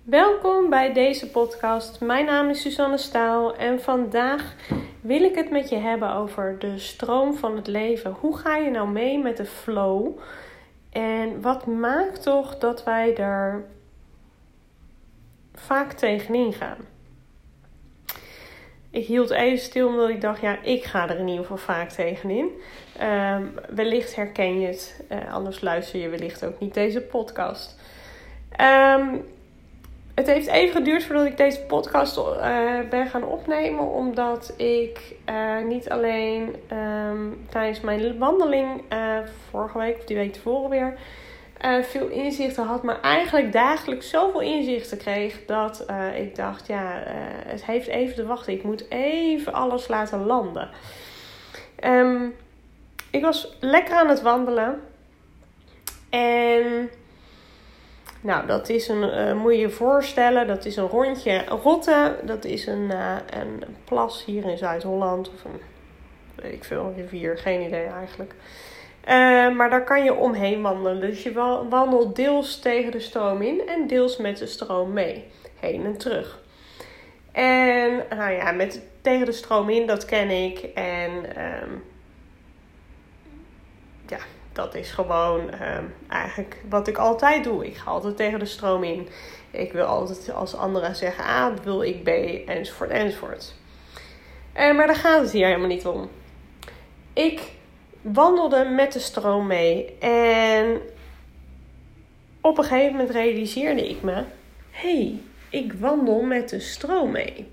Welkom bij deze podcast. Mijn naam is Suzanne Staal en vandaag wil ik het met je hebben over de stroom van het leven. Hoe ga je nou mee met de flow? En wat maakt toch dat wij er vaak tegenin gaan? Ik hield even stil omdat ik dacht, ik ga er in ieder geval vaak tegenin. Wellicht herken je het, anders luister je wellicht ook niet deze podcast. Het heeft even geduurd voordat ik deze podcast ben gaan opnemen. Omdat ik niet alleen tijdens mijn wandeling vorige week of die week tevoren weer veel inzichten had. Maar eigenlijk dagelijks zoveel inzichten kreeg dat ik dacht, het heeft even te wachten. Ik moet even alles laten landen. Ik was lekker aan het wandelen. En dat is moet je je voorstellen, dat is een rondje Rotte. Dat is een plas hier in Zuid-Holland. Of een rivier, geen idee eigenlijk. Maar daar kan je omheen wandelen. Dus je wandelt deels tegen de stroom in en deels met de stroom mee. Heen en terug. En tegen de stroom in, dat ken ik. En dat is gewoon eigenlijk wat ik altijd doe. Ik ga altijd tegen de stroom in. Ik wil altijd als anderen zeggen A, wil ik B, enzovoort, enzovoort. Maar daar gaat het hier helemaal niet om. Ik wandelde met de stroom mee. En op een gegeven moment realiseerde ik me, ik wandel met de stroom mee.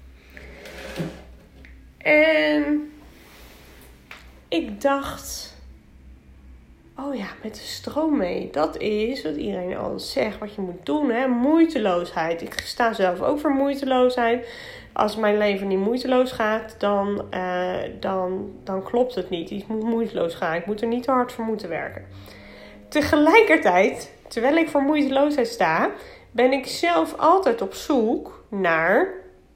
En ik dacht, met de stroom mee. Dat is wat iedereen al zegt, wat je moet doen. Hè? Moeiteloosheid. Ik sta zelf ook voor moeiteloosheid. Als mijn leven niet moeiteloos gaat, dan klopt het niet. Ik moet moeiteloos gaan. Ik moet er niet te hard voor moeten werken. Tegelijkertijd, terwijl ik voor moeiteloosheid sta, ben ik zelf altijd op zoek naar...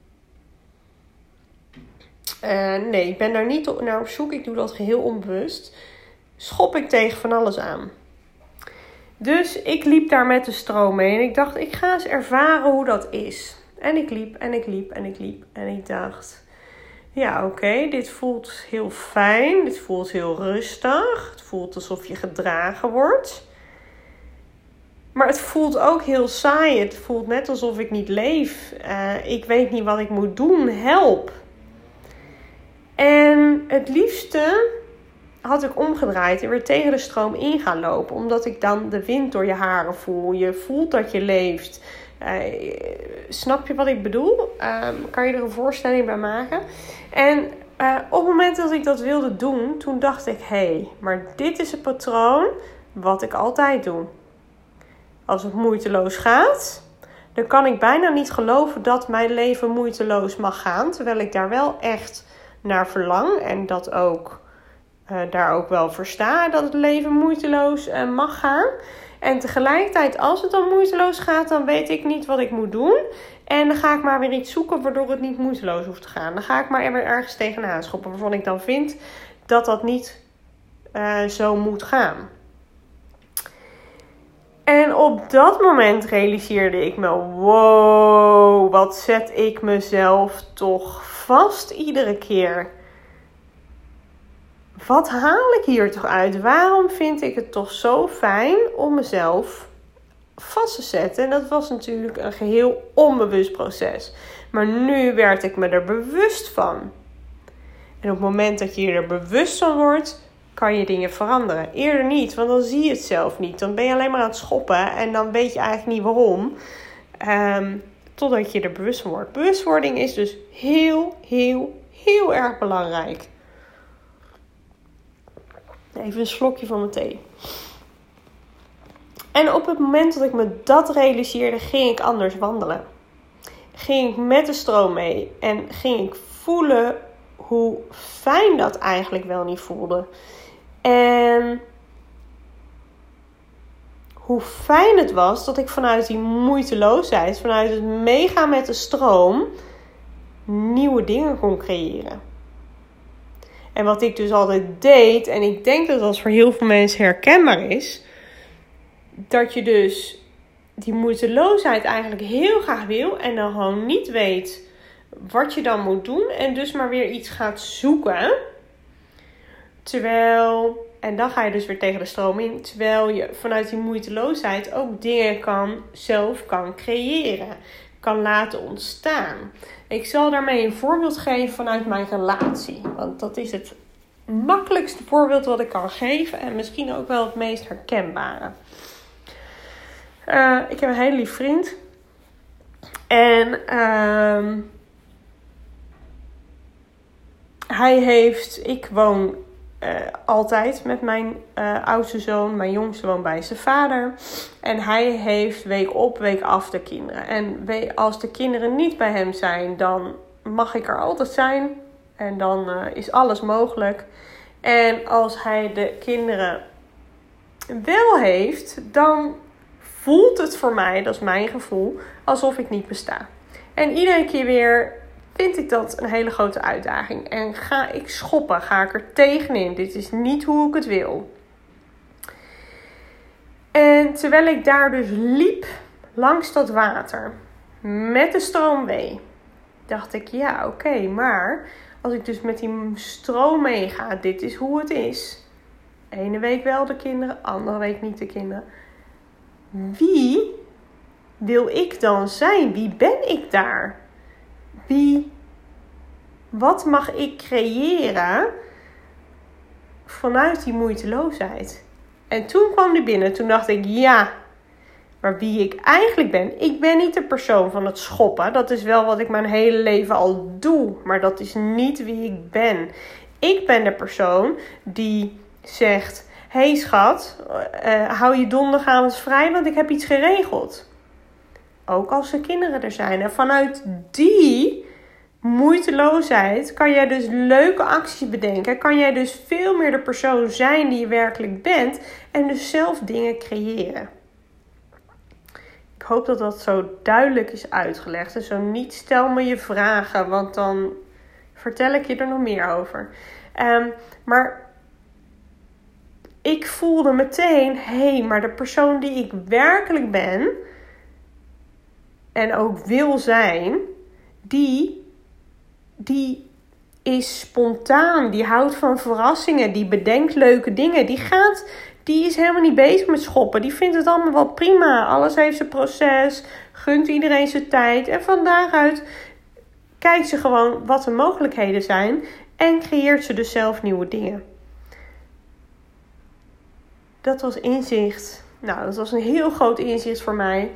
ik ben daar niet naar op zoek. Ik doe dat geheel onbewust. Schop ik tegen van alles aan. Dus ik liep daar met de stroom mee. En ik dacht, ik ga eens ervaren hoe dat is. En ik liep en ik liep en ik liep. En ik dacht, dit voelt heel fijn. Dit voelt heel rustig. Het voelt alsof je gedragen wordt. Maar het voelt ook heel saai. Het voelt net alsof ik niet leef. Ik weet niet wat ik moet doen. Help. En het liefste had ik omgedraaid en weer tegen de stroom in gaan lopen. Omdat ik dan de wind door je haren voel. Je voelt dat je leeft. Snap je wat ik bedoel? Kan je er een voorstelling bij maken? En op het moment dat ik dat wilde doen, toen dacht ik, maar dit is het patroon wat ik altijd doe. Als het moeiteloos gaat, dan kan ik bijna niet geloven dat mijn leven moeiteloos mag gaan. Terwijl ik daar wel echt naar verlang en dat ook... daar ook wel versta dat het leven moeiteloos mag gaan. En tegelijkertijd, als het dan moeiteloos gaat, dan weet ik niet wat ik moet doen. En dan ga ik maar weer iets zoeken waardoor het niet moeiteloos hoeft te gaan. Dan ga ik maar weer ergens tegenaan schoppen waarvan ik dan vind dat dat niet zo moet gaan. En op dat moment realiseerde ik me, wow, wat zet ik mezelf toch vast iedere keer. Wat haal ik hier toch uit? Waarom vind ik het toch zo fijn om mezelf vast te zetten? En dat was natuurlijk een geheel onbewust proces. Maar nu werd ik me er bewust van. En op het moment dat je er bewust van wordt, kan je dingen veranderen. Eerder niet, want dan zie je het zelf niet. Dan ben je alleen maar aan het schoppen en dan weet je eigenlijk niet waarom. Totdat je er bewust van wordt. Bewustwording is dus heel, heel, heel erg belangrijk. Even een slokje van mijn thee. En op het moment dat ik me dat realiseerde, ging ik anders wandelen. Ging ik met de stroom mee. En ging ik voelen hoe fijn dat eigenlijk wel niet voelde. En hoe fijn het was dat ik vanuit die moeiteloosheid, vanuit het meegaan met de stroom, nieuwe dingen kon creëren. En wat ik dus altijd deed, en ik denk dat dat voor heel veel mensen herkenbaar is, dat je dus die moeiteloosheid eigenlijk heel graag wil en dan gewoon niet weet wat je dan moet doen en dus maar weer iets gaat zoeken. Terwijl, en dan ga je dus weer tegen de stroom in, terwijl je vanuit die moeiteloosheid ook dingen zelf kan creëren, kan laten ontstaan. Ik zal daarmee een voorbeeld geven vanuit mijn relatie, want dat is het makkelijkste voorbeeld wat ik kan geven en misschien ook wel het meest herkenbare. Ik heb een hele lief vriend. En ik woon altijd met mijn oudste zoon. Mijn jongste woont bij zijn vader. En hij heeft week op, week af de kinderen. En als de kinderen niet bij hem zijn, dan mag ik er altijd zijn. En dan is alles mogelijk. En als hij de kinderen wel heeft, dan voelt het voor mij, dat is mijn gevoel, alsof ik niet besta. En iedere keer weer vind ik dat een hele grote uitdaging. En ga ik schoppen, ga ik er tegenin. Dit is niet hoe ik het wil. En terwijl ik daar dus liep langs dat water met de stroom mee, dacht ik, ja, oké, maar als ik dus met die stroom meega, dit is hoe het is. Ene week wel de kinderen, andere week niet de kinderen. Wie wil ik dan zijn? Wie ben ik daar? Wat mag ik creëren vanuit die moeiteloosheid? En toen kwam die binnen. Toen dacht ik, ja, maar wie ik eigenlijk ben. Ik ben niet de persoon van het schoppen. Dat is wel wat ik mijn hele leven al doe. Maar dat is niet wie ik ben. Ik ben de persoon die zegt, hey schat, hou je donderdagavond vrij, want ik heb iets geregeld. Ook als de kinderen er zijn. En vanuit die moeiteloosheid kan jij dus leuke acties bedenken. Kan jij dus veel meer de persoon zijn die je werkelijk bent. En dus zelf dingen creëren. Ik hoop dat dat zo duidelijk is uitgelegd. En zo niet, stel me je vragen, want dan vertel ik je er nog meer over. Maar ik voelde meteen, maar de persoon die ik werkelijk ben en ook wil zijn, die is spontaan, die houdt van verrassingen, die bedenkt leuke dingen, die is helemaal niet bezig met schoppen, die vindt het allemaal wel prima, alles heeft zijn proces, gunt iedereen zijn tijd en van daaruit kijkt ze gewoon wat de mogelijkheden zijn en creëert ze dus zelf nieuwe dingen. Dat was inzicht. Nou, dat was een heel groot inzicht voor mij.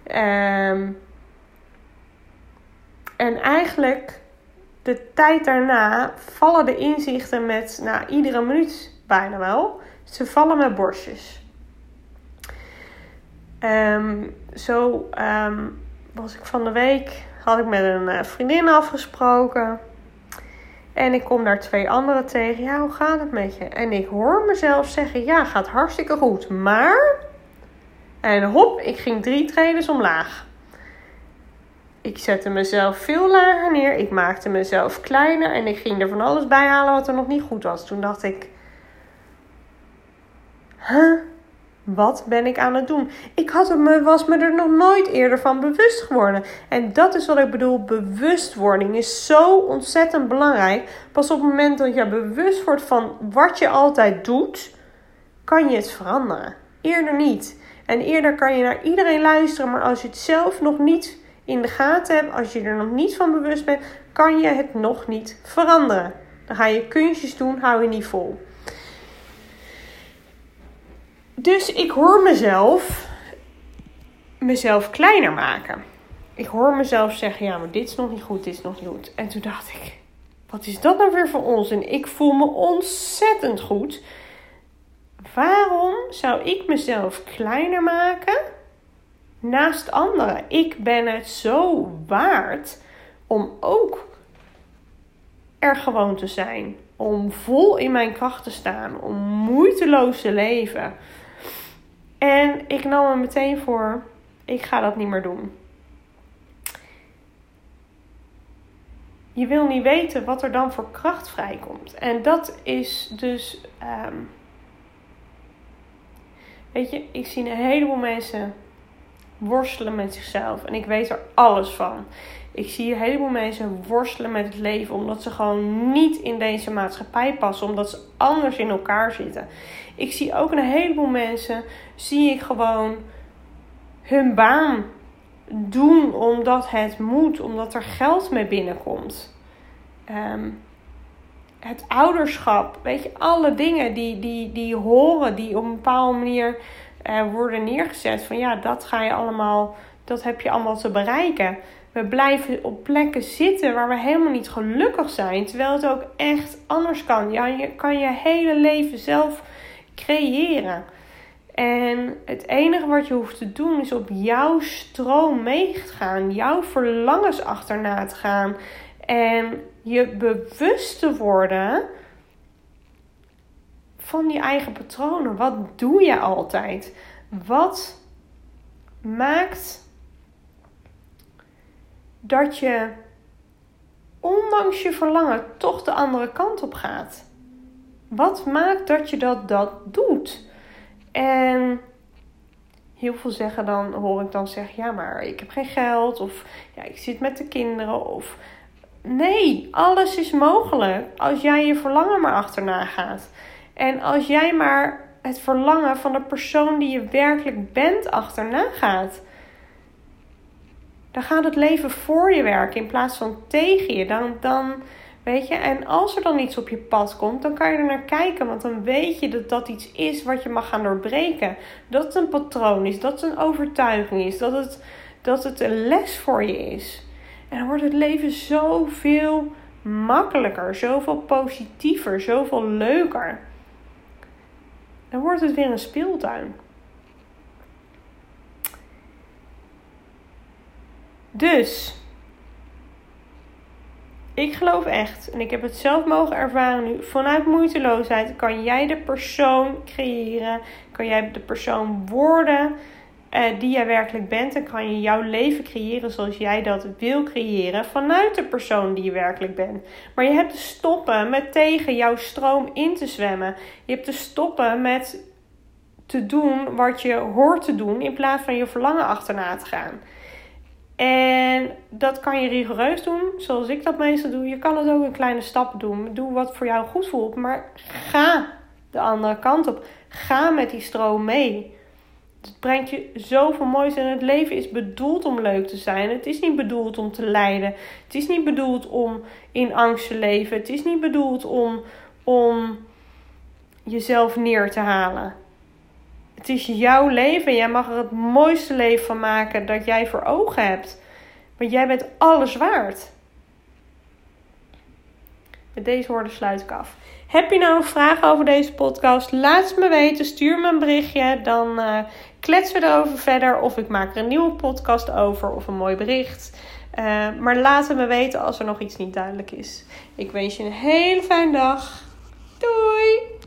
En eigenlijk de tijd daarna vallen de inzichten met, iedere minuut bijna wel. Ze vallen met borstjes. Was ik van de week, had ik met een vriendin afgesproken. En ik kom daar 2 anderen tegen. Ja, hoe gaat het met je? En ik hoor mezelf zeggen, ja, gaat hartstikke goed. Maar, en hop, ik ging 3 treden omlaag. Ik zette mezelf veel lager neer. Ik maakte mezelf kleiner. En ik ging er van alles bij halen wat er nog niet goed was. Toen dacht ik, wat ben ik aan het doen? Was me er nog nooit eerder van bewust geworden. En dat is wat ik bedoel. Bewustwording is zo ontzettend belangrijk. Pas op het moment dat je bewust wordt van wat je altijd doet, kan je het veranderen. Eerder niet. En eerder kan je naar iedereen luisteren. Maar als je het zelf nog niet in de gaten hebt, als je er nog niet van bewust bent, kan je het nog niet veranderen. Dan ga je kunstjes doen, hou je niet vol. Dus ik hoor mezelf kleiner maken. Ik hoor mezelf zeggen, ja, maar dit is nog niet goed, dit is nog niet goed. En toen dacht ik, wat is dat nou weer voor onzin? Ik voel me ontzettend goed. Waarom zou ik mezelf kleiner maken naast anderen? Ik ben het zo waard om ook er gewoon te zijn. Om vol in mijn kracht te staan. Om moeiteloos te leven. En ik nam me meteen voor, ik ga dat niet meer doen. Je wil niet weten wat er dan voor kracht vrijkomt. En dat is dus, weet je, ik zie een heleboel mensen worstelen met zichzelf. En ik weet er alles van. Ik zie een heleboel mensen worstelen met het leven. Omdat ze gewoon niet in deze maatschappij passen. Omdat ze anders in elkaar zitten. Ik zie ook een heleboel mensen. Zie ik gewoon hun baan doen omdat het moet. Omdat er geld mee binnenkomt. Het ouderschap. Weet je, alle dingen die horen. Die op een bepaalde manier worden neergezet. Van ja, dat ga je allemaal. Dat heb je allemaal te bereiken. We blijven op plekken zitten waar we helemaal niet gelukkig zijn. Terwijl het ook echt anders kan. Ja, je kan je hele leven zelf creëren. En het enige wat je hoeft te doen is op jouw stroom mee te gaan. Jouw verlangens achterna te gaan. En je bewust te worden van je eigen patronen. Wat doe je altijd? Wat maakt dat je, ondanks je verlangen, toch de andere kant op gaat? Wat maakt dat je dat doet? En heel veel zeggen dan, hoor ik dan zeggen, ja, maar ik heb geen geld. Of ja, ik zit met de kinderen. Of nee, alles is mogelijk als jij je verlangen maar achterna gaat. En als jij maar het verlangen van de persoon die je werkelijk bent achterna gaat. Dan gaat het leven voor je werken in plaats van tegen je. Dan weet je, en als er dan iets op je pad komt, dan kan je er naar kijken. Want dan weet je dat dat iets is wat je mag gaan doorbreken. Dat het een patroon is, dat het een overtuiging is, dat het een les voor je is. En dan wordt het leven zoveel makkelijker, zoveel positiever, zoveel leuker. Dan wordt het weer een speeltuin. Dus, ik geloof echt, en ik heb het zelf mogen ervaren nu, vanuit moeiteloosheid kan jij de persoon creëren, kan jij de persoon worden die jij werkelijk bent en kan je jouw leven creëren zoals jij dat wil creëren vanuit de persoon die je werkelijk bent. Maar je hebt te stoppen met tegen jouw stroom in te zwemmen. Je hebt te stoppen met te doen wat je hoort te doen in plaats van je verlangen achterna te gaan. En dat kan je rigoureus doen, zoals ik dat meestal doe. Je kan het ook in kleine stappen doen. Doe wat voor jou goed voelt, maar ga de andere kant op. Ga met die stroom mee. Het brengt je zoveel moois en het leven is bedoeld om leuk te zijn. Het is niet bedoeld om te lijden. Het is niet bedoeld om in angst te leven. Het is niet bedoeld om jezelf neer te halen. Het is jouw leven en jij mag er het mooiste leven van maken dat jij voor ogen hebt. Want jij bent alles waard. Met deze woorden sluit ik af. Heb je nou een vraag over deze podcast? Laat het me weten. Stuur me een berichtje. Dan kletsen we erover verder. Of ik maak er een nieuwe podcast over. Of een mooi bericht. Maar laat het me weten als er nog iets niet duidelijk is. Ik wens je een hele fijne dag. Doei!